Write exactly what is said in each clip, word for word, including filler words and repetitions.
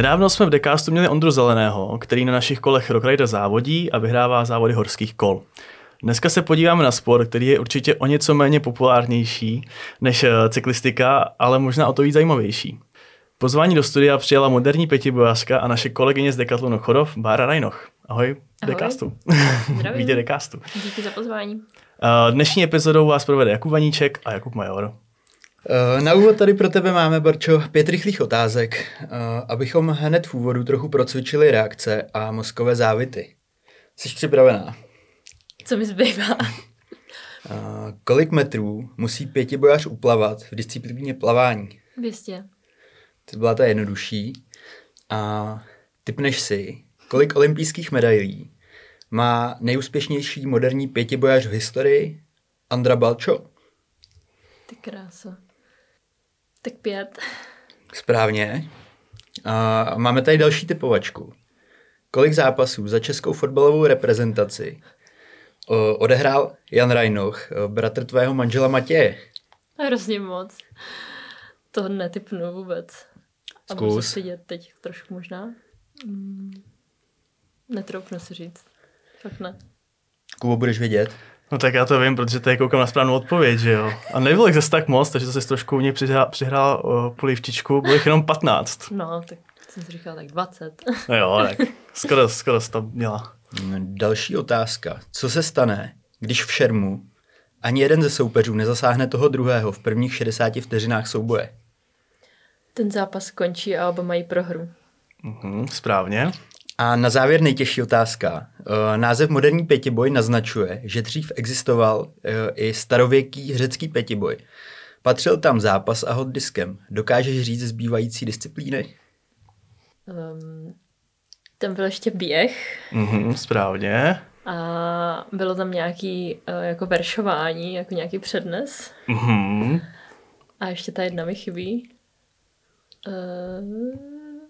Nedávno jsme v Decastu měli Ondru Zeleného, který na našich kolech Rock Rider závodí a vyhrává závody horských kol. Dneska se podíváme na sport, který je určitě o něco méně populárnější než cyklistika, ale možná o to víc zajímavější. Pozvání do studia přijala moderní pětibojářka a naše kolegyně z Decathlonu Chodov, Bára Rajnoch. Ahoj, Ahoj. Decastu. Zdravím. Vítej Decastu. Díky za pozvání. Dnešní epizodou vás provede Jakub Vaníček a Jakub Major. Na úvod tady pro tebe máme, Barčo, pět rychlých otázek, abychom hned v úvodu trochu procvičili reakce a mozkové závity. Jsi připravená? Co mi zbývá? Kolik metrů musí pětibojař uplavat v disciplíně plavání? dvě stě. To byla ta jednodušší. A tipneš si, kolik olympijských medailí má nejúspěšnější moderní pětibojař v historii Ondra Balčo? Ty krása. Tak pět. Správně. A máme tady další typovačku. Kolik zápasů za českou fotbalovou reprezentaci o, odehrál Jan Rajnoch, bratr tvého manžela Matěje? Hrozně moc. To netypnu vůbec. A Zkus. budu se stydět teď trošku možná. Mm. Netroufnu si říct. Fakt ne. Kubo, budeš vědět? No tak já to vím, protože tady koukám na správnou odpověď, že jo. A nebylo jich zase tak moc, takže to jsi trošku u něj přihrál, přihrál uh, polivčičku, bylo jich jenom patnáct. No, tak jsem si říkala tak dvacet. No jo, tak skoro, skoro jsi to měla. Další otázka. Co se stane, když v šermu ani jeden ze soupeřů nezasáhne toho druhého v prvních šedesáti vteřinách souboje? Ten zápas končí a oba mají prohru. Mhm, správně. A na závěr nejtěžší otázka. Název moderní pětiboj naznačuje, že dřív existoval i starověký řecký pětiboj. Patřil tam zápas a hod diskem. Dokážeš říct zbývající disciplíny? Um, tam byl ještě běh. Mhm, správně. A bylo tam nějaký uh, jako veršování, jako nějaký přednes. Mhm. A ještě ta jedna mi chybí. Uh...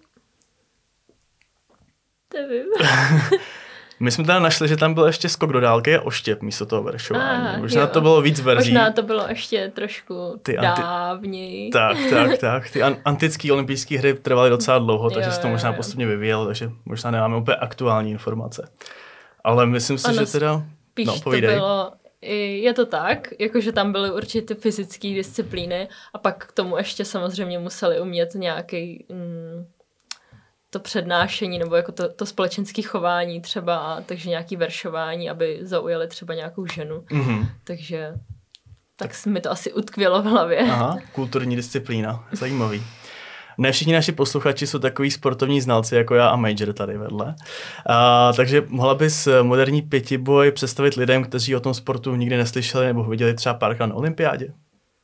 Nevím. My jsme tam našli, že tam byl ještě skok do dálky a oštěp místo toho veršování. Ah, Možná jo. to bylo víc verzí. Možná to bylo ještě trošku Ty anti- dávněji. Tak, tak, tak. Ty an- antické olympijské hry trvaly docela dlouho, takže Jo, se to jo, možná jo. postupně vyvíjelo, takže možná nemáme úplně aktuální informace. Ale myslím si, Ano, že teda... Spíš no, to povídej. bylo, i- je to tak, jakože tam byly určitě fyzické disciplíny a pak k tomu ještě samozřejmě museli umět nějaký mm, to přednášení nebo jako to, to společenské chování třeba, takže nějaký veršování, aby zaujali třeba nějakou ženu. Mhm. Takže tak, tak mi to asi utkvělo v hlavě. Aha, kulturní disciplína. Zajímavý. Ne všichni naši posluchači jsou takový sportovní znalci jako já a Major tady vedle. A, takže mohla bys moderní pětiboj představit lidem, kteří o tom sportu nikdy neslyšeli nebo ho viděli třeba párkrát na olympiádě?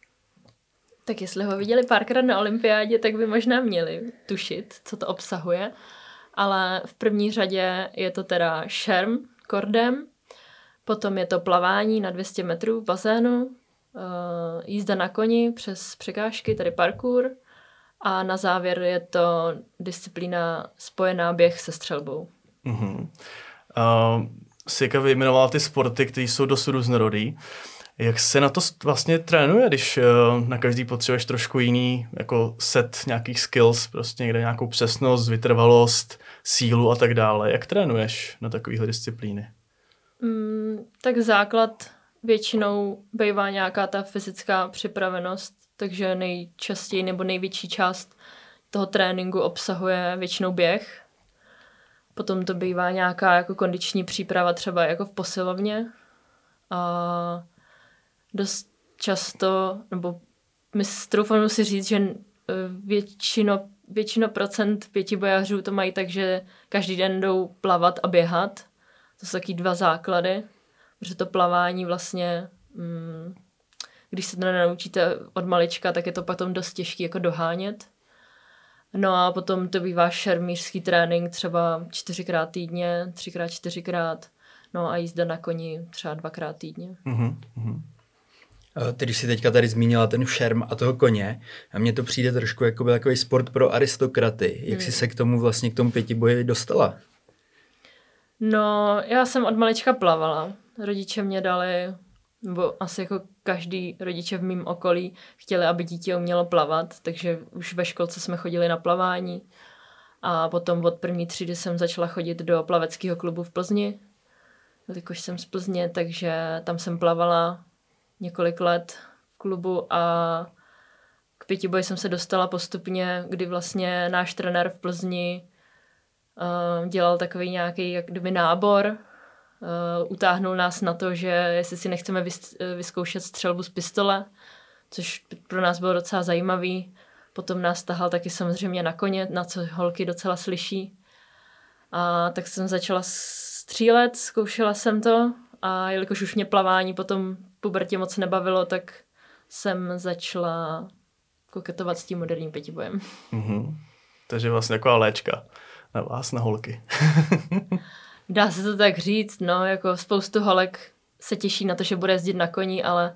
Tak jestli ho viděli párkrát na olympiádě, tak by možná měli tušit, co to obsahuje. Ale v první řadě je to teda šerm kordem, potom je to plavání na dvě stě metrů v bazénu, uh, jízda na koni přes překážky, tady parkour, a na závěr je to disciplína spojená běh se střelbou. Uh-huh. Uh, Sika vyjmenovala ty sporty, které jsou dosud různorodý. Jak se na to vlastně trénuje, když uh, na každý potřebuješ trošku jiný jako set nějakých skills, prostě někde nějakou přesnost, vytrvalost, sílu a tak dále. Jak trénuješ na takovýhle disciplíny? Mm, tak základ většinou bývá nějaká ta fyzická připravenost, takže nejčastěji nebo největší část toho tréninku obsahuje většinou běh. Potom to bývá nějaká jako kondiční příprava třeba jako v posilovně. A dost často, nebo my troufám si říct, že většino, většino procent pětibojařů to mají tak, že každý den jdou plavat a běhat. To jsou taky dva základy, protože to plavání vlastně, mm, když se to nenaučíte od malička, tak je to potom dost těžké jako dohánět. No a potom to bývá šermířský trénink třeba čtyřikrát týdně, třikrát, čtyřikrát, no a jízda na koni třeba dvakrát týdně. Uh-huh. Ty, když jsi teďka tady zmínila ten šerm a toho koně, a mně to přijde trošku jako byl takový sport pro aristokraty. Jak jsi Hmm. se k tomu vlastně k tomu pětiboji dostala? No, já jsem od malička plavala. Rodiče mě dali, nebo asi jako každý rodiče v mém okolí chtěli, aby dítě umělo plavat, takže už ve školce jsme chodili na plavání. A potom od první třídy jsem začala chodit do plaveckého klubu v Plzni, jelikož jsem z Plzně, takže tam jsem plavala několik let v klubu a k pětiboji jsem se dostala postupně, kdy vlastně náš trenér v Plzni uh, dělal takový nějaký jak kdyby nábor, uh, utáhnul nás na to, že jestli si nechceme vys- vyzkoušet střelbu z pistole, což pro nás bylo docela zajímavý. Potom nás tahal taky samozřejmě na koně, na co holky docela slyší. A tak jsem začala střílet, zkoušela jsem to a jelikož už mě plavání potom v pubertě moc nebavilo, tak jsem začala koketovat s tím moderním pětibojem. Mm-hmm. Takže vlastně taková léčka na vás, na holky. Dá se to tak říct, no, jako spoustu holek se těší na to, že bude jezdit na koni, ale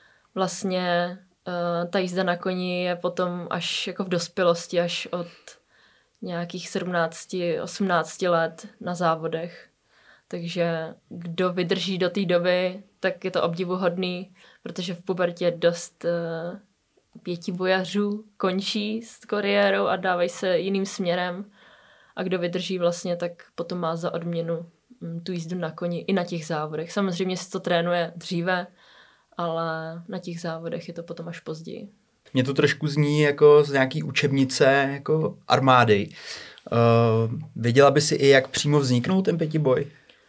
vlastně uh, ta jízda na koni je potom až jako v dospělosti, až od nějakých sedmnáct osmnáct let na závodech. Takže kdo vydrží do té doby, tak je to obdivuhodný, protože v pubertě dost uh, pětibojařů končí s kariérou a dávají se jiným směrem. A kdo vydrží vlastně, tak potom má za odměnu um, tu jízdu na koni i na těch závodech. Samozřejmě se to trénuje dříve, ale na těch závodech je to potom až později. Mě to trošku zní jako z nějaký učebnice jako armády. Uh, věděla by si i, jak přímo vzniknul ten pětiboj?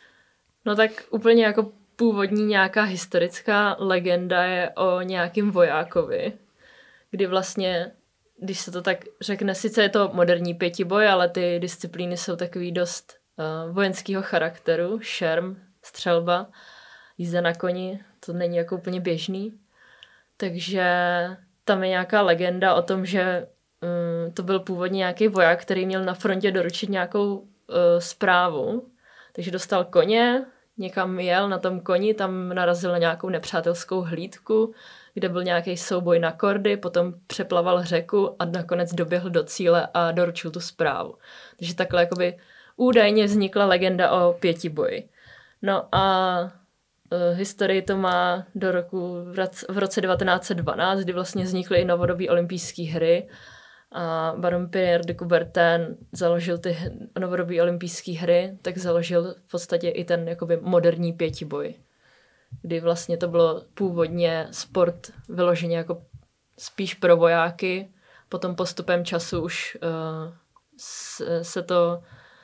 No tak úplně jako původní nějaká historická legenda je o nějakým vojákovi, kdy vlastně, když se to tak řekne, sice je to moderní pětiboj, ale ty disciplíny jsou takový dost uh, vojenského charakteru, šerm, střelba, jízda na koni, to není jako úplně běžný. Takže tam je nějaká legenda o tom, že um, to byl původně nějaký voják, který měl na frontě doručit nějakou uh, zprávu. Takže dostal koně, někam jel na tom koni, tam narazil na nějakou nepřátelskou hlídku, kde byl nějaký souboj na kordy, potom přeplaval řeku a nakonec doběhl do cíle a doručil tu zprávu. Takže takhle jakoby údajně vznikla legenda o pětiboji. No a uh, historii to má do roku v roce devatenáct set dvanáct, kdy vlastně vznikly i novodobí olympijské hry a baron Pierre de Coubertin založil ty novodobí olympijské hry, tak založil v podstatě i ten jakoby moderní pětiboj, kdy vlastně to bylo původně sport vyloženě jako spíš pro vojáky, potom postupem času už uh, se to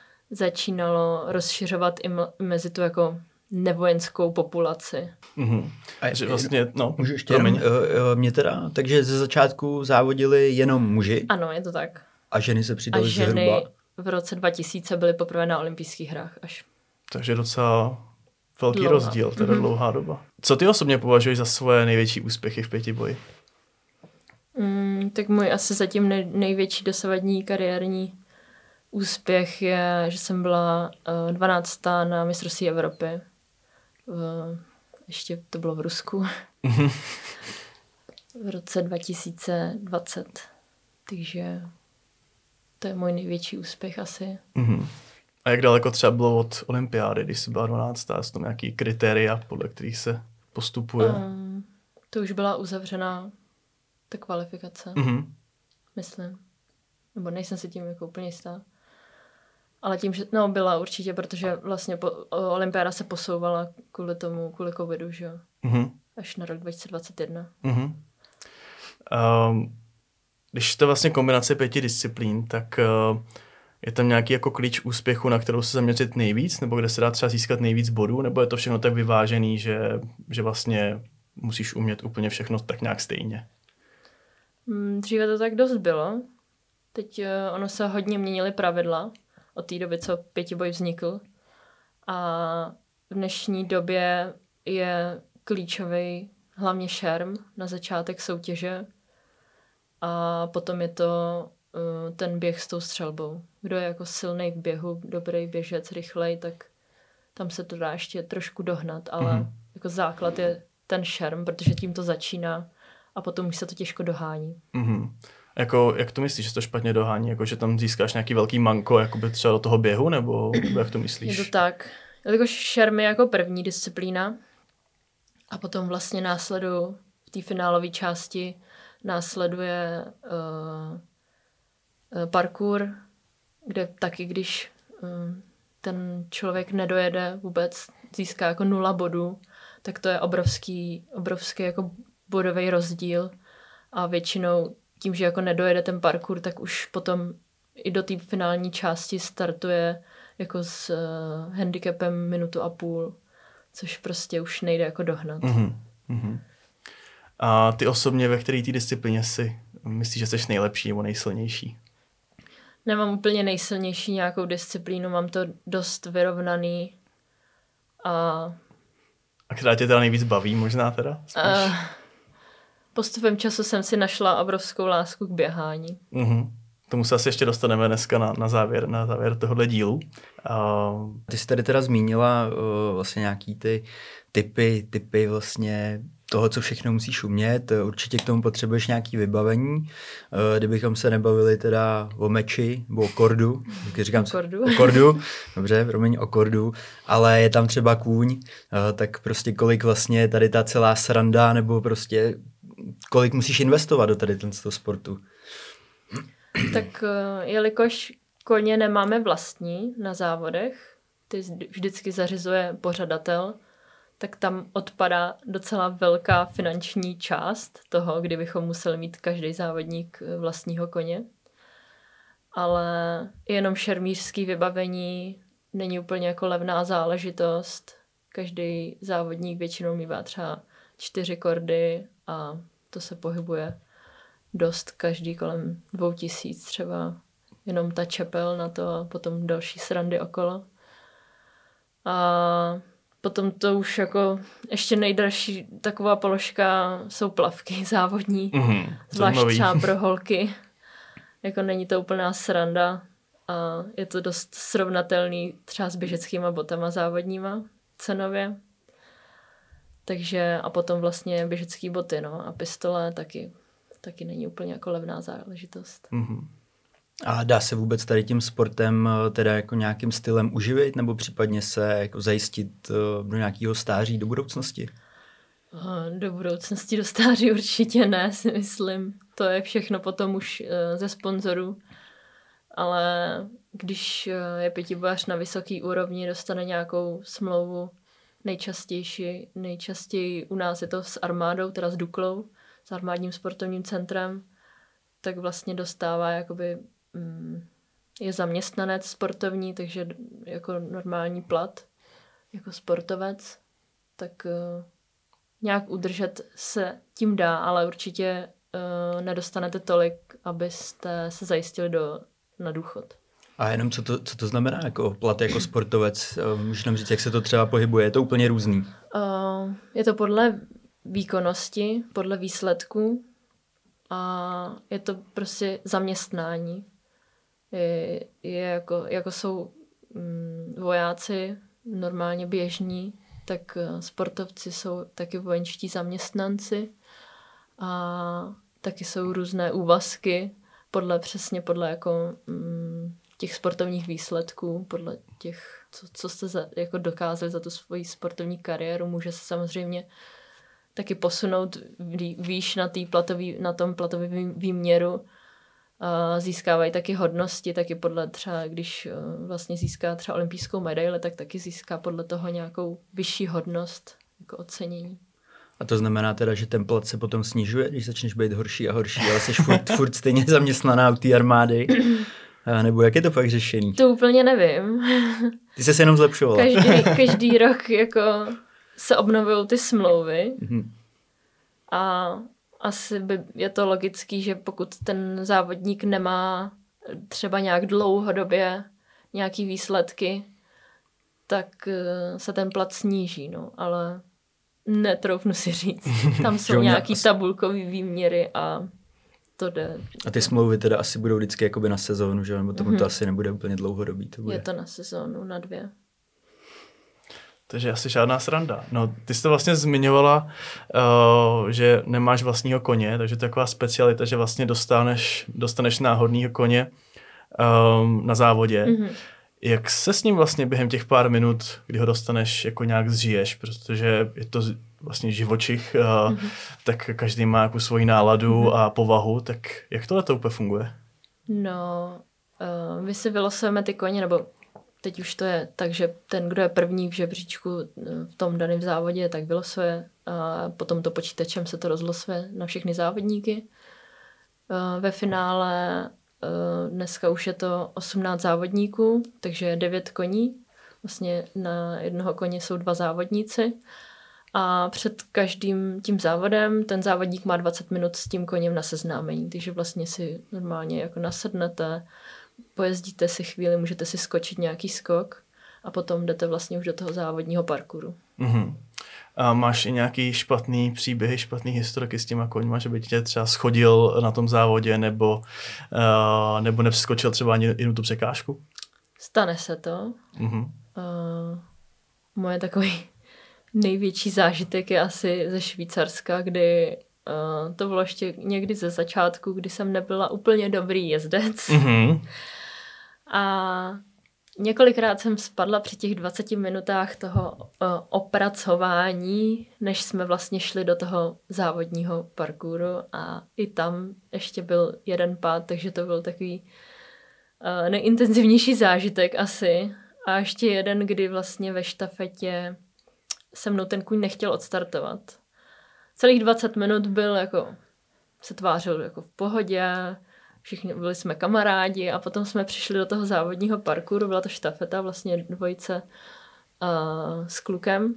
začínalo rozšiřovat i mezi tu jako nevojenskou populaci. Mm-hmm. A že vlastně, no, můžu ještě jenom, uh, uh, mě teda, takže ze začátku závodili jenom muži? Ano, je to tak. A ženy se přidaly A ženy zhruba? v roce dva tisíce byly poprvé na olympijských hrách až. Takže docela velký dlouhá. rozdíl, teda mm-hmm. dlouhá doba. Co ty osobně považuješ za svoje největší úspěchy v pětiboji? Mm, tak můj asi zatím nej, největší dosavadní kariérní úspěch je, že jsem byla uh, dvanáctá na mistrovství Evropy. Uh, ještě to bylo v Rusku. v roce dva tisíce dvacet. Takže to je můj největší úspěch asi. Mm-hmm. A jak daleko třeba bylo od olympiády, když jsi byla dvanáctá? Jsou tam nějaký kritéria, podle kterých se postupuje? Um, to už byla uzavřená ta kvalifikace, Mm-hmm. myslím. Nebo nejsem si tím jako úplně jistá. Ale tím, že no, byla určitě, protože vlastně po, olympiáda se posouvala kvůli tomu, kvůli covidu, že jo. Mm-hmm. Až na rok dva tisíce dvacet jedna. Mm-hmm. Um, když to vlastně kombinace pěti disciplín, tak uh, je tam nějaký jako klíč úspěchu, na kterou se zaměřit nejvíc, nebo kde se dá třeba získat nejvíc bodů, nebo je to všechno tak vyvážený, že, že vlastně musíš umět úplně všechno tak nějak stejně? Dříve to tak dost bylo. Teď uh, ono se hodně měnily pravidla od té doby, co pětiboj vznikl. A v dnešní době je klíčový hlavně šerm na začátek soutěže a potom je to uh, ten běh s tou střelbou. Kdo je jako silný v běhu, dobrý běžec, rychlej, tak tam se to dá ještě trošku dohnat, ale mm-hmm. jako základ je ten šerm, protože tím to začíná a potom už se to těžko dohání. Mm-hmm. Jako, jak to myslíš, že to špatně dohání? Jako, že tam získáš nějaký velký manko jakoby třeba do toho běhu, nebo jak to myslíš? Je to tak. Jelikož šerm je jako první disciplína a potom vlastně následu v té finálové části následuje uh, parkour, kde taky, když um, ten člověk nedojede vůbec, získá jako nula bodů, tak to je obrovský, obrovský jako bodový rozdíl a většinou tím, že jako nedojede ten parkour, tak už potom i do té finální části startuje jako s uh, handicapem minutu a půl, což prostě už nejde jako dohnat. Mm-hmm. Mm-hmm. A ty osobně, ve které té disciplíně si myslíš, že jsi nejlepší nebo nejsilnější? Nemám úplně nejsilnější nějakou disciplínu, mám to dost vyrovnaný. A, a která tě teda nejvíc baví možná teda? Uh, postupem času jsem si našla obrovskou lásku k běhání. Mm-hmm. Tomu se asi ještě dostaneme dneska na, na, závěr, na závěr tohohle dílu. Uh... Ty jsi tady teda zmínila uh, vlastně nějaký ty typy, typy vlastně toho, co všechno musíš umět. Určitě k tomu potřebuješ nějaké vybavení. Uh, kdybychom se nebavili teda o meči, nebo o kordu. Říkám, o kordu. O kordu. Dobře, promiň, o kordu. Ale je tam třeba kůň, uh, tak prostě kolik vlastně tady ta celá sranda, nebo prostě kolik musíš investovat do tady toho sportu. Tak jelikož koně nemáme vlastní na závodech, ty vždycky zařizuje pořadatel, tak tam odpadá docela velká finanční část toho, kdybychom museli mít každý závodník vlastního koně. Ale jenom šermířský vybavení není úplně jako levná záležitost. Každý závodník většinou mívá třeba čtyři kordy a to se pohybuje dost, každý kolem dvou tisíc třeba, jenom ta čepel na to a potom další srandy okolo. A potom to už jako ještě nejdražší taková položka jsou plavky závodní, mm-hmm, zvlášť třeba pro holky. Jako není to úplná sranda a je to dost srovnatelný třeba s běžeckýma botama závodníma cenově. Takže a potom vlastně běžecký boty, no, a pistole taky. taky není úplně jako levná záležitost. Mm-hmm. A dá se vůbec tady tím sportem teda jako nějakým stylem uživit nebo případně se jako zajistit do nějakého stáří do budoucnosti? Do budoucnosti, do stáří určitě ne, si myslím. To je všechno potom už ze sponzorů. Ale když je pětibojař na vysoký úrovni, dostane nějakou smlouvu, nejčastější, nejčastěji u nás je to s armádou, teda s Duklou, s armádním sportovním centrem, tak vlastně dostává jakoby, mm, je zaměstnanec sportovní, takže jako normální plat, jako sportovec, tak uh, nějak udržet se tím dá, ale určitě uh, nedostanete tolik, abyste se zajistili do, na důchod. A jenom co to, co to znamená jako plat jako sportovec? Můžeš nám říct, jak se to třeba pohybuje? Je to úplně různý? Uh, je to podle výkonnosti, podle výsledků a je to prostě zaměstnání. Je, je jako, jako jsou mm, vojáci normálně běžní, tak sportovci jsou taky vojenští zaměstnanci a taky jsou různé úvazky podle přesně podle jako mm, těch sportovních výsledků, podle těch, co, co jste za, jako dokázali za tu svoji sportovní kariéru. Může se samozřejmě taky posunout výš na, tý platový, na tom platovém výměru. A získávají taky hodnosti, taky podle třeba, když vlastně získá třeba olympijskou medaili, tak taky získá podle toho nějakou vyšší hodnost, jako ocenění. A to znamená teda, že ten plat se potom snižuje, když začneš být horší a horší, ale jsi furt, furt stejně zaměstnaná u té armády? A nebo jak je to fakt řešený? To úplně nevím. Ty jsi se jenom zlepšovala. Každý, každý rok jako se obnovují ty smlouvy mm-hmm. a asi by je to logický, že pokud ten závodník nemá třeba nějak dlouhodobě nějaký výsledky, tak se ten plat sníží, no, ale netroufnu si říct. Tam jsou nějaký tabulkový výměry a to jde. A ty smlouvy teda asi budou vždycky jakoby na sezónu, že? Nebo tomu mm-hmm. to asi nebude úplně dlouhodobý. To bude. Je to na sezónu, na dvě. Takže asi žádná sranda. No, ty jsi to vlastně zmiňovala, uh, že nemáš vlastního koně, takže to je taková specialita, že vlastně dostaneš, dostaneš náhodného koně um, na závodě. Mm-hmm. Jak se s ním vlastně během těch pár minut, kdy ho dostaneš, jako nějak zžiješ, protože je to vlastně živočich, uh, mm-hmm. tak každý má jako svoji náladu mm-hmm. a povahu, tak jak tohle to úplně funguje? No, Uh, my si vylosujeme ty koně, nebo teď už to je tak, že ten, kdo je první v žebříčku v tom daném závodě, tak vylosuje a potom to počítačem se to rozlosuje na všechny závodníky. Uh, ve finále uh, dneska už je to osmnáct závodníků, takže devět koní. Vlastně na jednoho koně jsou dva závodníci. A před každým tím závodem ten závodník má dvacet minut s tím koněm na seznámení, takže vlastně si normálně jako nasednete, pojezdíte si chvíli, můžete si skočit nějaký skok a potom jdete vlastně už do toho závodního parkouru. Mm-hmm. A máš i nějaký špatný příběhy, špatný historiky s těma koňma, že by tě třeba schodil na tom závodě nebo, uh, nebo nepřeskočil třeba ani jednu tu překážku? Stane se to. Mm-hmm. Uh, moje takový největší zážitek je asi ze Švýcarska, kdy uh, to bylo ještě někdy ze začátku, kdy jsem nebyla úplně dobrý jezdec. Mm-hmm. A několikrát jsem spadla při těch dvaceti minutách toho uh, opracování, než jsme vlastně šli do toho závodního parkouru a i tam ještě byl jeden pád, takže to byl takový uh, nejintenzivnější zážitek asi. A ještě jeden, kdy vlastně ve štafetě se mnou ten kůň nechtěl odstartovat. Celých dvacet minut byl jako, se tvářil jako v pohodě, všichni byli jsme kamarádi a potom jsme přišli do toho závodního parkouru, byla to štafeta, vlastně dvojice uh, s klukem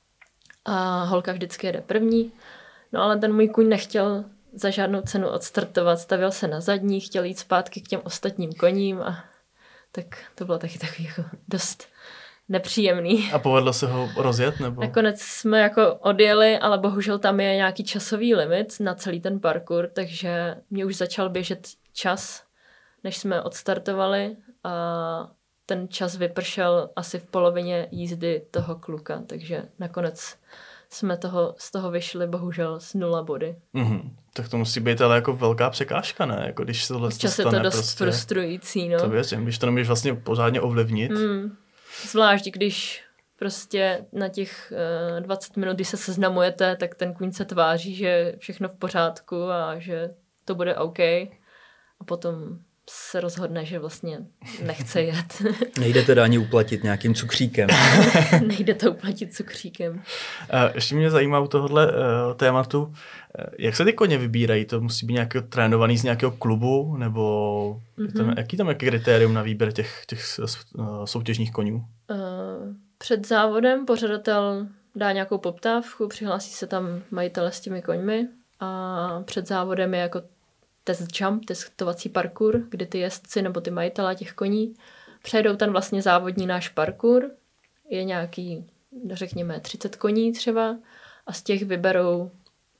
a holka vždycky jede první. No ale ten můj kůň nechtěl za žádnou cenu odstartovat, stavil se na zadní, chtěl jít zpátky k těm ostatním koním a tak to bylo taky takový jako dost nepříjemný. A povedlo se ho rozjet? Nebo? Nakonec jsme jako odjeli, ale bohužel tam je nějaký časový limit na celý ten parkour, takže mě už začal běžet čas, než jsme odstartovali a ten čas vypršel asi v polovině jízdy toho kluka, takže nakonec jsme toho, z toho vyšli bohužel s nula body. Mm-hmm. Tak to musí být ale jako velká překážka, ne? Jako když se tohle Čas stane, je to dost prostě, frustrující, no. To věřím, když to nemůžeš vlastně pořádně ovlivnit. Mm. Zvlášť, když prostě na těch uh, dvacet minut, když se seznamujete, tak ten kůň se tváří, že všechno v pořádku a že to bude OK. A potom se rozhodne, že vlastně nechce jet. Nejde teda ani uplatit nějakým cukříkem. Nejde to uplatit cukříkem. Ještě mě zajímá u tohohle uh, tématu, uh, jak se ty koně vybírají? To musí být nějaký trénovaný z nějakého klubu? Nebo mm-hmm. tam, jaký tam je kritérium na výběr těch, těch uh, soutěžních konů? Uh, před závodem pořadatel dá nějakou poptávku, přihlásí se tam majitele s těmi koňmi a před závodem je jako test jump, testovací parkour, kdy ty jezdci nebo ty majitelé těch koní přejdou ten vlastně závodní náš parkour. Je nějaký, řekněme, třicet koní třeba a z těch vyberou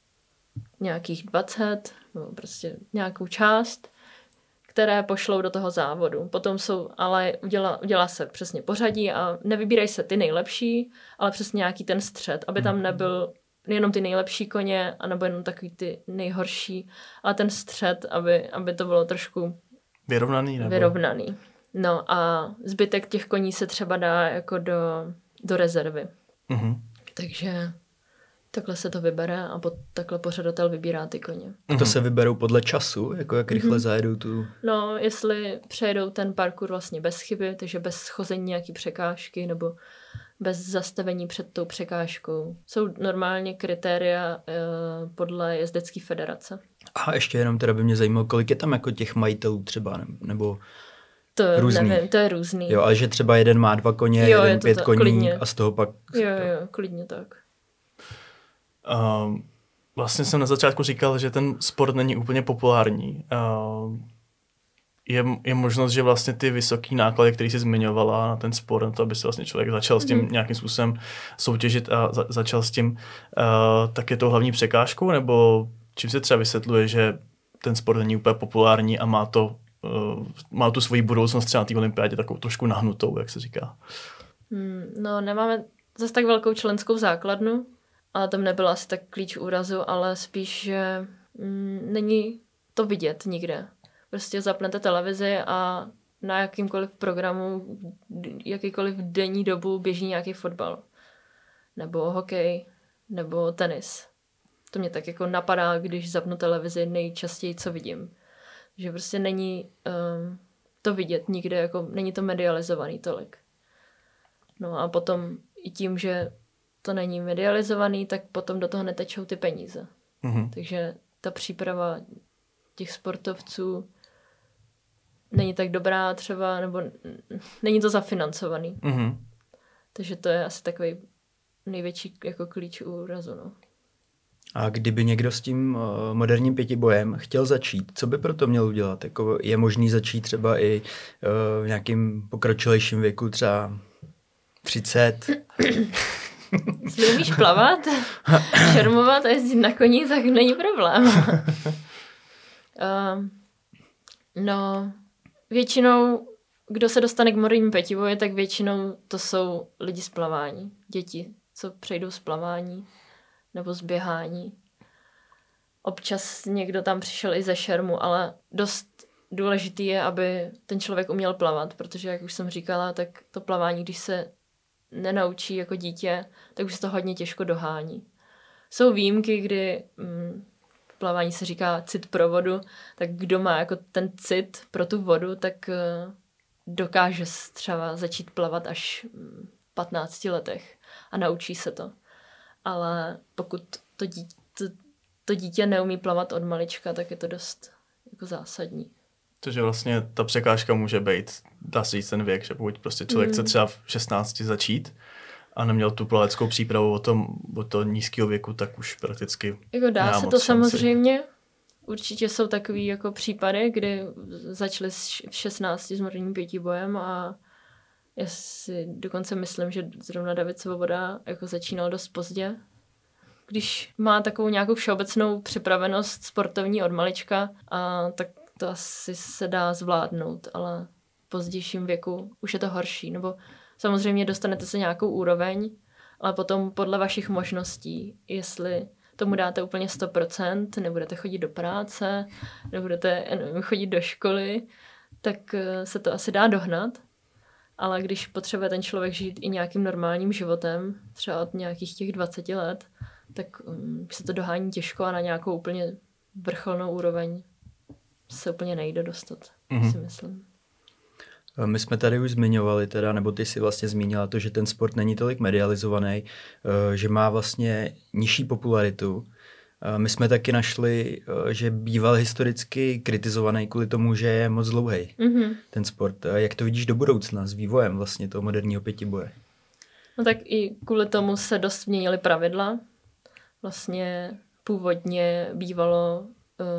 nějakých dvacet, nebo prostě nějakou část, které pošlou do toho závodu. Potom jsou, ale udělá, udělá se přesně pořadí a nevybírají se ty nejlepší, ale přesně nějaký ten střed, aby tam nebyl jenom ty nejlepší koně, anebo jenom takový ty nejhorší, ale ten střed, aby, aby to bylo trošku vyrovnaný. Nebo? vyrovnaný. No a zbytek těch koní se třeba dá jako do, do rezervy. Mm-hmm. Takže takhle se to vybere a pod, takhle pořadatel vybírá ty koně. A to se vyberou podle času, jako jak rychle mm-hmm. zajedou tu... No, jestli přejedou ten parkour vlastně bez chyby, takže bez schození nějaký překážky nebo bez zastavení před tou překážkou. Jsou normálně kritéria e, podle jezdecké federace. A ještě jenom teda by mě zajímalo, kolik je tam jako těch majitelů třeba, nebo to různý. Nevím, to je různý. Jo, ale že třeba jeden má dva koně, jo, jeden pět to, koní klidně. A z toho pak... Jo, jo, klidně tak. Um, vlastně jsem na začátku říkal, že ten sport není úplně populární. Um, je, je možnost, že vlastně ty vysoký náklady, které jsi zmiňovala na ten sport, na to, aby se vlastně člověk začal s tím mm-hmm. nějakým způsobem soutěžit a za, začal s tím, uh, tak je to hlavní překážkou, nebo čím se třeba vysvětluje, že ten sport není úplně populární a má to uh, má tu svoji budoucnost třeba na té olympiádě takovou trošku nahnutou, jak se říká? Hmm, no, nemáme zase tak velkou členskou základnu, ale tam nebyl asi tak klíč úrazu, ale spíš, že mm, není to vidět nikde. Prostě zapnete televizi a na jakýmkoliv programu, jakýkoliv denní dobu běží nějaký fotbal. Nebo hokej, nebo tenis. To mě tak jako napadá, když zapnu televizi nejčastěji, co vidím. Že prostě není um, to vidět nikde, jako není to medializovaný tolik. No a potom i tím, že to není medializovaný, tak potom do toho netečou ty peníze. Mm-hmm. Takže ta příprava těch sportovců není tak dobrá třeba, nebo není to zafinancovaný. Mm-hmm. Takže to je asi takový největší jako klíč úrazu. No. A kdyby někdo s tím uh, moderním pětibojem chtěl začít, co by pro to měl udělat? Jako je možný začít třeba i uh, v nějakým pokročilejším věku, třeba třicet? Jestli umíš plavat, šermovat a jezdit na koni, tak není problém. uh, no, většinou, kdo se dostane k modernímu pětiboji, tak většinou to jsou lidi z plavání, děti, co přejdou z plavání nebo z běhání. Občas někdo tam přišel i ze šermu, ale dost důležitý je, aby ten člověk uměl plavat, protože, jak už jsem říkala, tak to plavání, když se nenaučí jako dítě, tak už se to hodně těžko dohání. Jsou výjimky, kdy hm, v plavání se říká cit pro vodu, tak kdo má jako ten cit pro tu vodu, tak uh, dokáže třeba začít plavat až v patnácti letech a naučí se to. Ale pokud to dítě, to, to dítě neumí plavat od malička, tak je to dost jako zásadní. Takže vlastně ta překážka může být, dá se říct ten věk, že pokud prostě člověk mm. chce třeba v šestnácti začít a neměl tu plaveckou přípravu od, tom, od toho nízkého věku, tak už prakticky jako dá se to šanci. Samozřejmě. Určitě jsou takový jako případy, kdy začali v šestnácti s moderním pětibojem a já si dokonce myslím, že zrovna David Svoboda jako začínal dost pozdě. Když má takovou nějakou všeobecnou připravenost sportovní od malička, a tak to asi se dá zvládnout, ale v pozdějším věku už je to horší. Nebo samozřejmě dostanete se nějakou úroveň, ale potom podle vašich možností, jestli tomu dáte úplně sto procent, nebudete chodit do práce, nebudete nevím, chodit do školy, tak se to asi dá dohnat. Ale když potřebuje ten člověk žít i nějakým normálním životem, třeba od nějakých těch dvaceti let, tak um, se to dohání těžko a na nějakou úplně vrcholnou úroveň se úplně nejde dostat, mm-hmm. si myslím. My jsme tady už zmiňovali teda, nebo ty si vlastně zmínila to, že ten sport není tolik medializovaný, že má vlastně nižší popularitu. My jsme taky našli, že býval historicky kritizovaný kvůli tomu, že je moc dlouhý mm-hmm. ten sport. Jak to vidíš do budoucna s vývojem vlastně toho moderního pětiboje? No tak i kvůli tomu se dost měnily pravidla. Vlastně původně bývalo uh,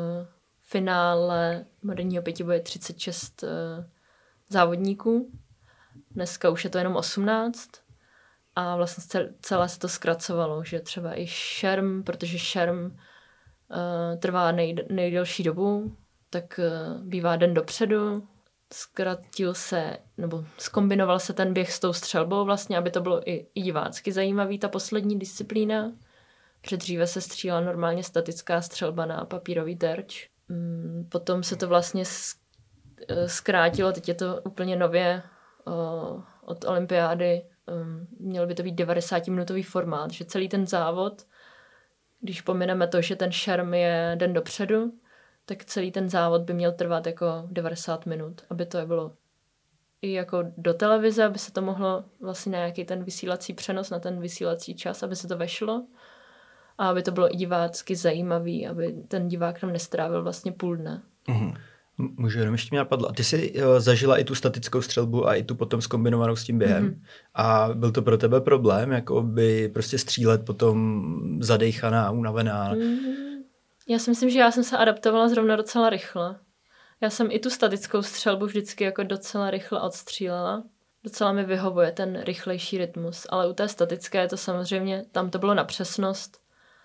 finále moderního pětiboje třicet šest uh, závodníků. Dneska už je to jenom osmnáct. A vlastně celé se to zkracovalo, že třeba i šerm, protože šerm uh, trvá nej, nejdelší dobu, tak uh, bývá den dopředu. Zkratil se, nebo zkombinoval se ten běh s tou střelbou vlastně, aby to bylo i, i divácky zajímavý, ta poslední disciplína. Protože dříve se střílela normálně statická střelba na papírový terč. Um, potom se to vlastně zkrátilo, teď je to úplně nově uh, od olympiády. Um, měl by to být devadesátiminutový formát, že celý ten závod, když pomineme to, že ten šerm je den dopředu, tak celý ten závod by měl trvat jako devadesát minut, aby to bylo i jako do televize, aby se to mohlo vlastně na nějaký ten vysílací přenos, na ten vysílací čas, aby se to vešlo a aby to bylo i divácky zajímavý, aby ten divák tam nestrávil vlastně půl dne. Mm-hmm. Můžu jenom ještě mě napadlo. A ty jsi uh, zažila i tu statickou střelbu a i tu potom zkombinovanou s tím během. Mm-hmm. A byl to pro tebe problém, jako by prostě střílet potom zadejchaná, unavená? Mm-hmm. Já si myslím, že já jsem se adaptovala zrovna docela rychle. Já jsem i tu statickou střelbu vždycky jako docela rychle odstřílela. Docela mi vyhovuje ten rychlejší rytmus. Ale u té statické to samozřejmě, tam to bylo na přesnost.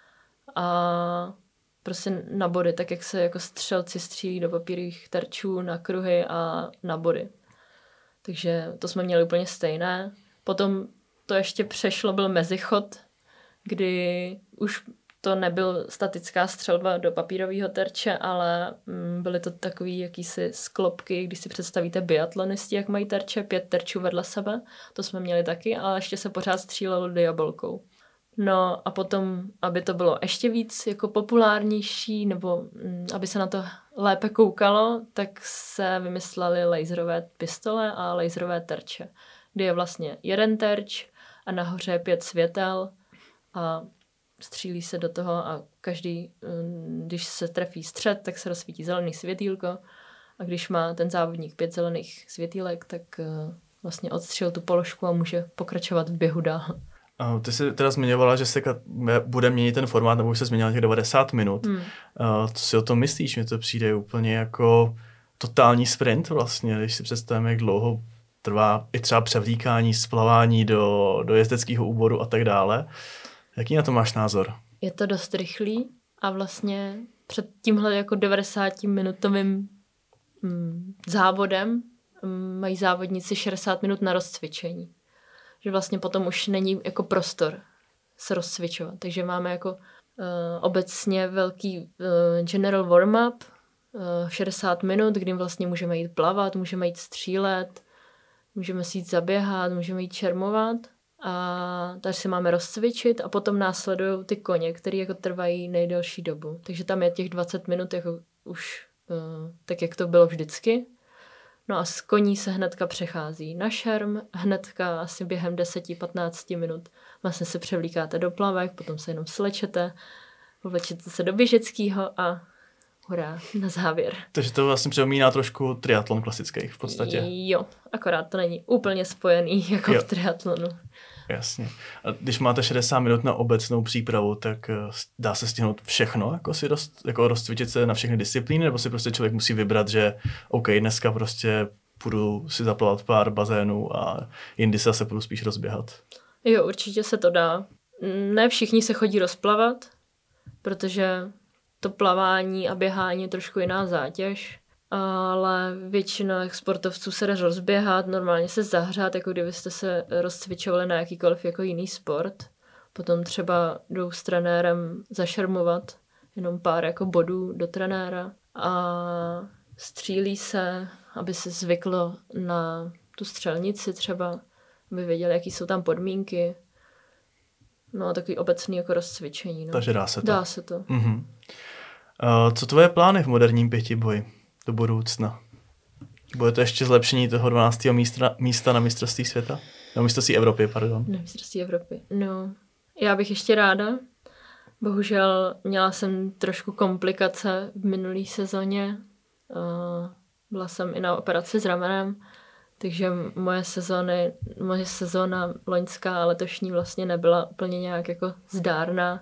A prostě na body, tak jak se jako střelci střílí do papírových terčů, na kruhy a na body. Takže to jsme měli úplně stejné. Potom to ještě přešlo, byl mezichod, kdy už to nebyl statická střelba do papírového terče, ale mm, byly to takový jakýsi sklopky, když si představíte biatlonisti, jak mají terče, pět terčů vedle sebe. To jsme měli taky, ale ještě se pořád střílelo diabolkou. No a potom, aby to bylo ještě víc jako populárnější, nebo m, aby se na to lépe koukalo, tak se vymyslely laserové pistole a laserové terče, kdy je vlastně jeden terč a nahoře je pět světel a střílí se do toho a každý, když se trefí střed, tak se rozsvítí zelený světýlko a když má ten závodník pět zelených světýlek, tak vlastně odstřelil tu položku a může pokračovat v běhu dál. Ty jsi teda zmiňovala, že se bude měnit ten formát, nebo už se změnila těch devadesát minut. Hmm. Co si o tom myslíš? Mně to přijde úplně jako totální sprint vlastně, když si představíme, jak dlouho trvá i třeba převlíkání, splavání do, do jezdeckého úboru a tak dále. Jaký na to máš názor? Je to dost rychlý a vlastně před tímhle jako devadesátiminitovým mm, závodem mm, mají závodníci šedesát minut na rozcvičení. Že vlastně potom už není jako prostor se rozcvičovat. Takže máme jako uh, obecně velký uh, general warm-up, uh, šedesát minut, kdy vlastně můžeme jít plavat, můžeme jít střílet, můžeme si jít zaběhat, můžeme jít čermovat a tady si máme rozcvičit a potom následují ty koně, které jako trvají nejdelší dobu. Takže tam je těch dvacet minut jako už uh, tak, jak to bylo vždycky. No a z koní se hnedka přechází na šerm, hnedka asi během deset až patnáct minut vlastně se převlíkáte do plavek, potom se jenom slečete, povlečete se do běžeckého a hurá, na závěr. Takže to vlastně připomíná trošku triatlon klasický v podstatě. Jo, akorát to není úplně spojený jako jo. v triatlonu. Jasně. A když máte šedesát minut na obecnou přípravu, tak dá se stihnout všechno, jako si roz, jako rozcvičit se na všechny disciplíny, nebo si prostě člověk musí vybrat, že OK, dneska prostě půjdu si zaplavat pár bazénů a jindy se zase půjdu spíš rozběhat. Jo, určitě se to dá. Ne všichni se chodí rozplavat, protože to plavání a běhání je trošku jiná zátěž, ale většina sportovců se jde rozběhat, normálně se zahřát, jako kdybyste se rozcvičovali na jakýkoliv jako jiný sport. Potom třeba jdou s trenérem zašermovat jenom pár jako bodů do trenéra a střílí se, aby se zvyklo na tu střelnici třeba, aby věděli, jaký jsou tam podmínky. No a takový obecný jako rozcvičení. No. Takže dá se to. Dá se to. Mm-hmm. Uh, co tvoje plány v moderním pětiboji do budoucna? Bude to ještě zlepšení toho dvanáctého místa, místa na mistrovství světa? Na mistrovství Evropy, pardon. Na mistrovství Evropy, no. Já bych ještě ráda. Bohužel měla jsem trošku komplikace v minulý sezóně. Uh, byla jsem i na operaci s ramenem, takže moje sezóny, moje sezóna loňská a letošní vlastně nebyla úplně nějak jako zdárná.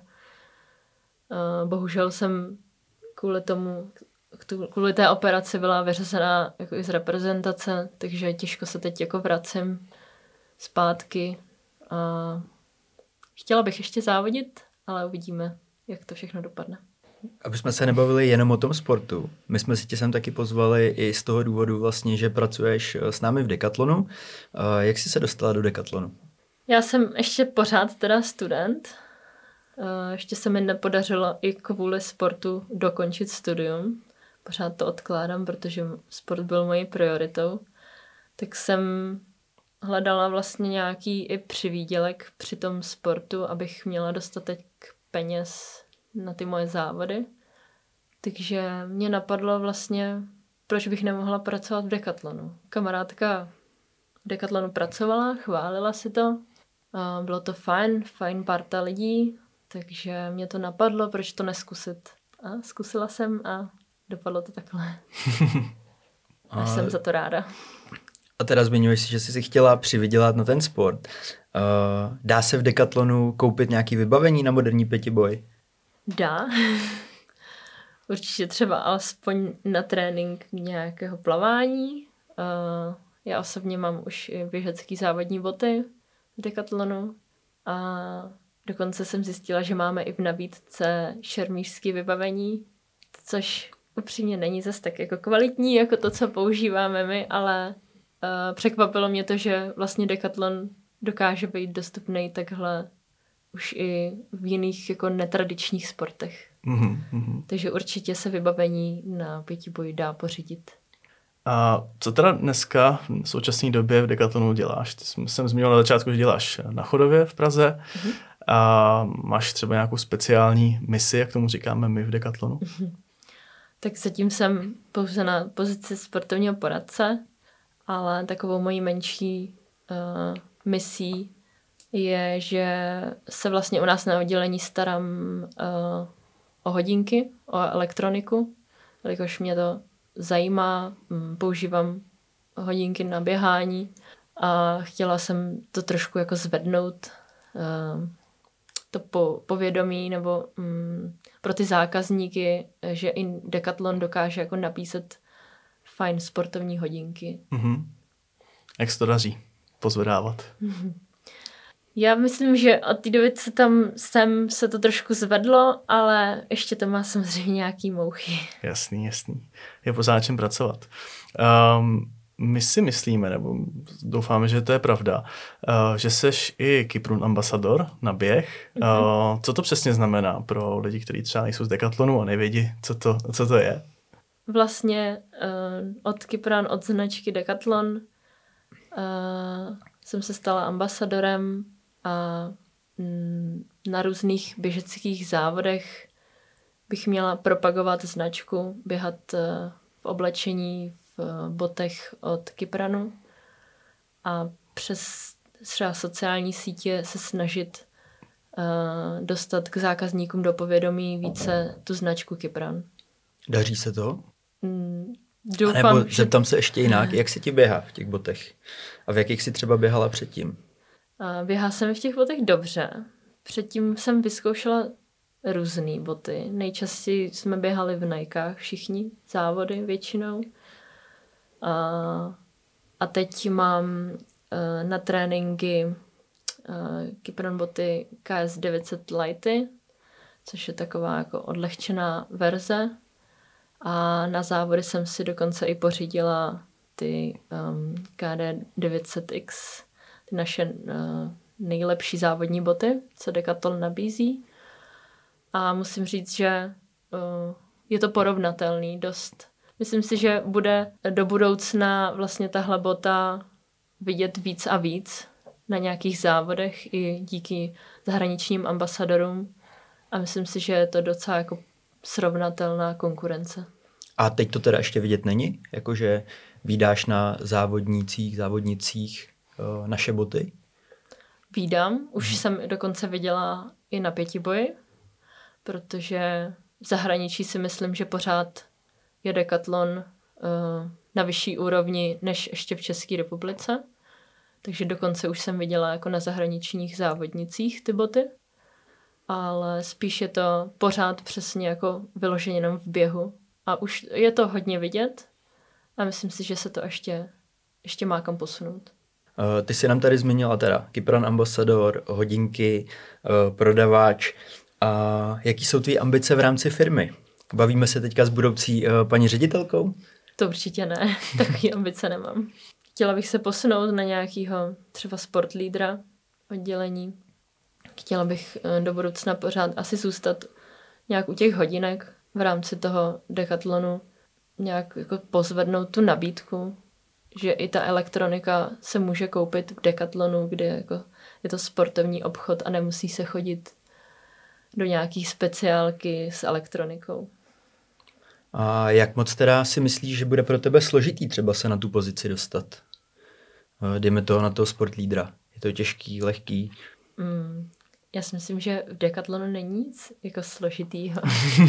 Uh, bohužel jsem kvůli tomu, kvůli té operaci byla vyřazená jako i z reprezentace, takže těžko se teď jako vracím zpátky. A chtěla bych ještě závodit, ale uvidíme, jak to všechno dopadne. Aby jsme se nebavili jenom o tom sportu, my jsme si tě sem taky pozvali i z toho důvodu vlastně, že pracuješ s námi v Decathlonu. Jak jsi se dostala do Decathlonu? Já jsem ještě pořád teda student. Ještě se mi nepodařilo i kvůli sportu dokončit studium. Pořád to odkládám, protože sport byl mojí prioritou. Tak jsem hledala vlastně nějaký i přivýdělek při tom sportu, abych měla dostatek peněz na ty moje závody. Takže mě napadlo vlastně, proč bych nemohla pracovat v Decathlonu. Kamarádka v Decathlonu pracovala, chválila si to. A bylo to fajn, fajn parta lidí, takže mě to napadlo, proč to neskusit. A zkusila jsem a dopadlo to takhle. A, a jsem za to ráda. A teda zmiňuješ si, že jsi si chtěla přivydělat na ten sport. Uh, dá se v Decathlonu koupit nějaké vybavení na moderní pětiboj? Dá. Určitě třeba alespoň na trénink nějakého plavání. Uh, já osobně mám už i běžecký závodní boty v Decathlonu. A dokonce jsem zjistila, že máme i v nabídce šermířské vybavení, což upřímně není zase tak jako kvalitní, jako to, co používáme my, ale uh, překvapilo mě to, že vlastně Decathlon dokáže být dostupný takhle už i v jiných jako netradičních sportech. Mm-hmm. Takže určitě se vybavení na pětiboj dá pořídit. A co teda dneska v současné době v Decathlonu děláš? Ty jsem zmiňoval na začátku, že děláš na Chodově v Praze. Mm-hmm. A máš třeba nějakou speciální misi, jak tomu říkáme my v Decathlonu? Mm-hmm. Tak zatím jsem pouze na pozici sportovního poradce, ale takovou mojí menší uh, misí je, že se vlastně u nás na oddělení starám uh, o hodinky, o elektroniku, jelikož mě to zajímá, um, používám hodinky na běhání a chtěla jsem to trošku jako zvednout, uh, to po, povědomí nebo um, pro ty zákazníky, že i Decathlon dokáže jako napísat fajn sportovní hodinky. Mm-hmm. Jak se to daří pozvedávat? Mm-hmm. Já myslím, že od té doby, co tam jsem, se to trošku zvedlo, ale ještě to má samozřejmě nějaký mouchy. Jasný, jasný. Je pořád na čem pracovat. Um, my si myslíme, nebo doufáme, že to je pravda, uh, že seš i Kyprun ambasador na běh. Mm-hmm. Uh, co to přesně znamená pro lidi, kteří třeba nejsou z Decathlonu a nevědí, co to, co to je? Vlastně uh, od Kypran, od značky Decathlon uh, jsem se stala ambasadorem a mm, na různých běžeckých závodech bych měla propagovat značku, běhat uh, v oblečení, v uh, botech od Kypranu a přes třeba sociální sítě se snažit uh, dostat k zákazníkům do povědomí více tu značku Kypran. Daří se to? Mm, doufám, a nebo že... zeptám se ještě jinak, jak se ti běhá v těch botech? A v jakých jsi třeba běhala předtím? Běhá se mi v těch botech dobře. Předtím jsem vyzkoušela různé boty. Nejčastěji jsme běhali v Nikách všichni, závody většinou. A, a teď mám uh, na tréninky uh, Kypron boty K S devět set Lighty, což je taková jako odlehčená verze. A na závody jsem si dokonce i pořídila ty um, K D devět set X, ty naše uh, nejlepší závodní boty, co Decathlon nabízí. A musím říct, že uh, je to porovnatelný dost. Myslím si, že bude do budoucna vlastně tahle bota vidět víc a víc na nějakých závodech i díky zahraničním ambasadorům. A myslím si, že je to docela jako srovnatelná konkurence. A teď to teda ještě vidět není? Jakože vídáš na závodnících, závodnicích uh, naše boty? Vídám. Už hmm. jsem dokonce viděla i na pětiboji, protože v zahraničí si myslím, že pořád je Decathlon uh, na vyšší úrovni než ještě v České republice. Takže dokonce už jsem viděla jako na zahraničních závodnicích ty boty. Ale spíš je to pořád přesně jako vyloženě jenom v běhu. A už je to hodně vidět a myslím si, že se to ještě, ještě má kam posunout. Uh, ty jsi nám tady zmínila teda Kypran ambasador, hodinky, uh, prodavač. A jaký jsou tvý ambice v rámci firmy? Bavíme se teďka s budoucí uh, paní ředitelkou? To určitě ne, takové ambice nemám. Chtěla bych se posunout na nějakého třeba sportlídra oddělení. Chtěla bych do budoucna pořád asi zůstat nějak u těch hodinek v rámci toho Decathlonu, nějak jako pozvednout tu nabídku, že i ta elektronika se může koupit v Decathlonu, kde jako je to sportovní obchod a nemusí se chodit do nějaký speciálky s elektronikou. A jak moc teda si myslíš, že bude pro tebe složitý třeba se na tu pozici dostat? Dejme to na toho sportlídra. Je to těžký, lehký? Mm, já si myslím, že v Decathlonu není nic jako složitýho.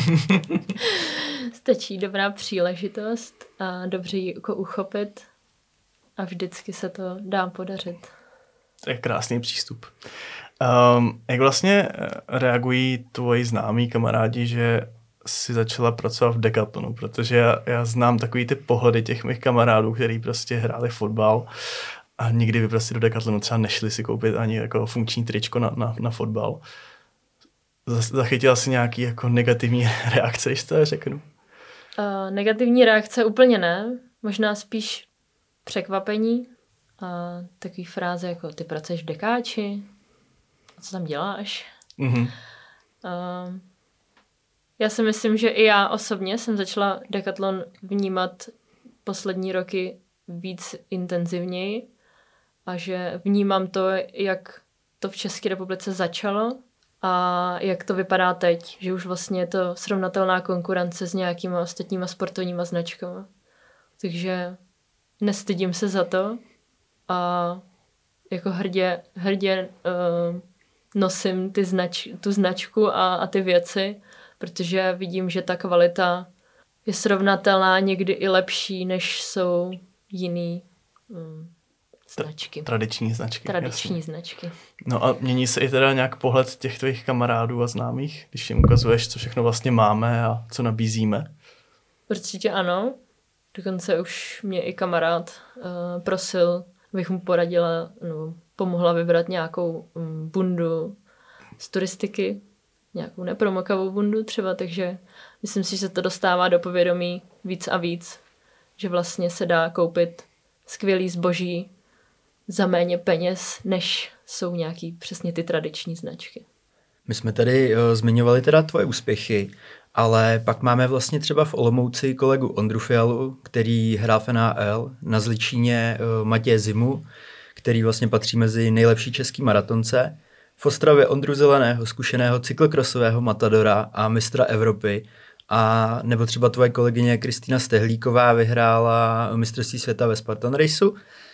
Stačí dobrá příležitost a dobře ji jako uchopit a vždycky se to dá podařit. To je krásný přístup. Um, jak vlastně reagují tvoji známí kamarádi, že jsi začala pracovat v Decathlonu? Protože já, já znám takový ty pohledy těch mých kamarádů, kteří prostě hráli fotbal a nikdy by prostě do Decathlonu třeba nešli si koupit ani jako funkční tričko na, na, na fotbal. Zachytila jsi nějaký jako negativní reakce, když to řeknu? Uh, negativní reakce úplně ne. Možná spíš překvapení. A takový fráze jako ty pracuješ v Dekáči, co tam děláš? Mm-hmm. Uh, já si myslím, že i já osobně jsem začala Decathlon vnímat poslední roky víc intenzivněji a že vnímám to, jak to v České republice začalo a jak to vypadá teď, že už vlastně je to srovnatelná konkurence s nějakýma ostatníma sportovníma značkama. Takže nestydím se za to a jako hrdě, hrdě uh, nosím ty znač, tu značku a, a ty věci, protože vidím, že ta kvalita je srovnatelná, někdy i lepší, než jsou jiný um, značky. Tradiční značky. Tradiční jasně. značky. No a mění se i teda nějak pohled těch tvých kamarádů a známých, když jim ukazuješ, co všechno vlastně máme a co nabízíme? Určitě ano. Dokonce už mě i kamarád uh, prosil, abych mu poradila, no, pomohla vybrat nějakou um, bundu z turistiky, nějakou nepromokavou bundu třeba, takže myslím si, že se to dostává do povědomí víc a víc, že vlastně se dá koupit skvělý zboží za méně peněz, než jsou nějaký přesně ty tradiční značky. My jsme tady uh, zmiňovali teda tvoje úspěchy, ale pak máme vlastně třeba v Olomouci kolegu Ondru Fialu, který hrál v N H L, na Zličíně uh, Matěje Zimu, který vlastně patří mezi nejlepší český maratonce, v Ostravě Ondru Zeleného, zkušeného cyklokrosového matadora a mistra Evropy, a nebo třeba tvoje kolegyně Kristýna Stehlíková vyhrála mistrovství světa ve Spartan Raceu.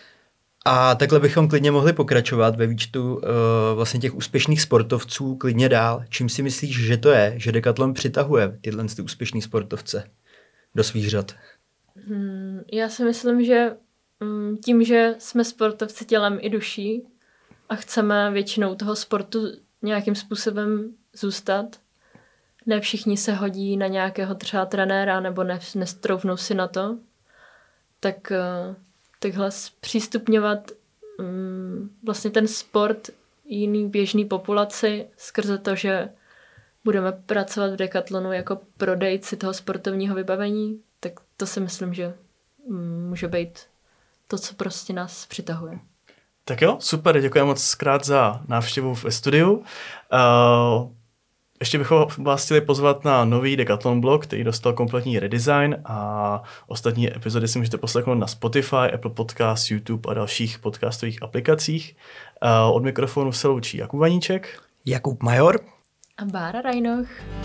A takhle bychom klidně mohli pokračovat ve výčtu uh, vlastně těch úspěšných sportovců klidně dál. Čím si myslíš, že to je, že Decathlon přitahuje tyhle ty úspěšný sportovce do svých řad? Hmm, já si myslím, že um, tím, že jsme sportovci tělem i duší a chceme většinou toho sportu nějakým způsobem zůstat, ne všichni se hodí na nějakého třeba trenéra nebo ne, nestroufnou si na to, tak uh, takhle zpřístupňovat um, vlastně ten sport jiný běžný populaci skrze to, že budeme pracovat v Decathlonu jako prodejci toho sportovního vybavení, tak to si myslím, že um, může být to, co prostě nás přitahuje. Tak jo, super, děkuji moc krát za návštěvu ve studiu. Uh, Ještě bychom vás chtěli pozvat na nový Decathlon blog, který dostal kompletní redesign, a ostatní epizody si můžete poslechnout na Spotify, Apple Podcast, YouTube a dalších podcastových aplikacích. Od mikrofonu se loučí Jakub Vaníček, Jakub Major a Bára Rajnoch.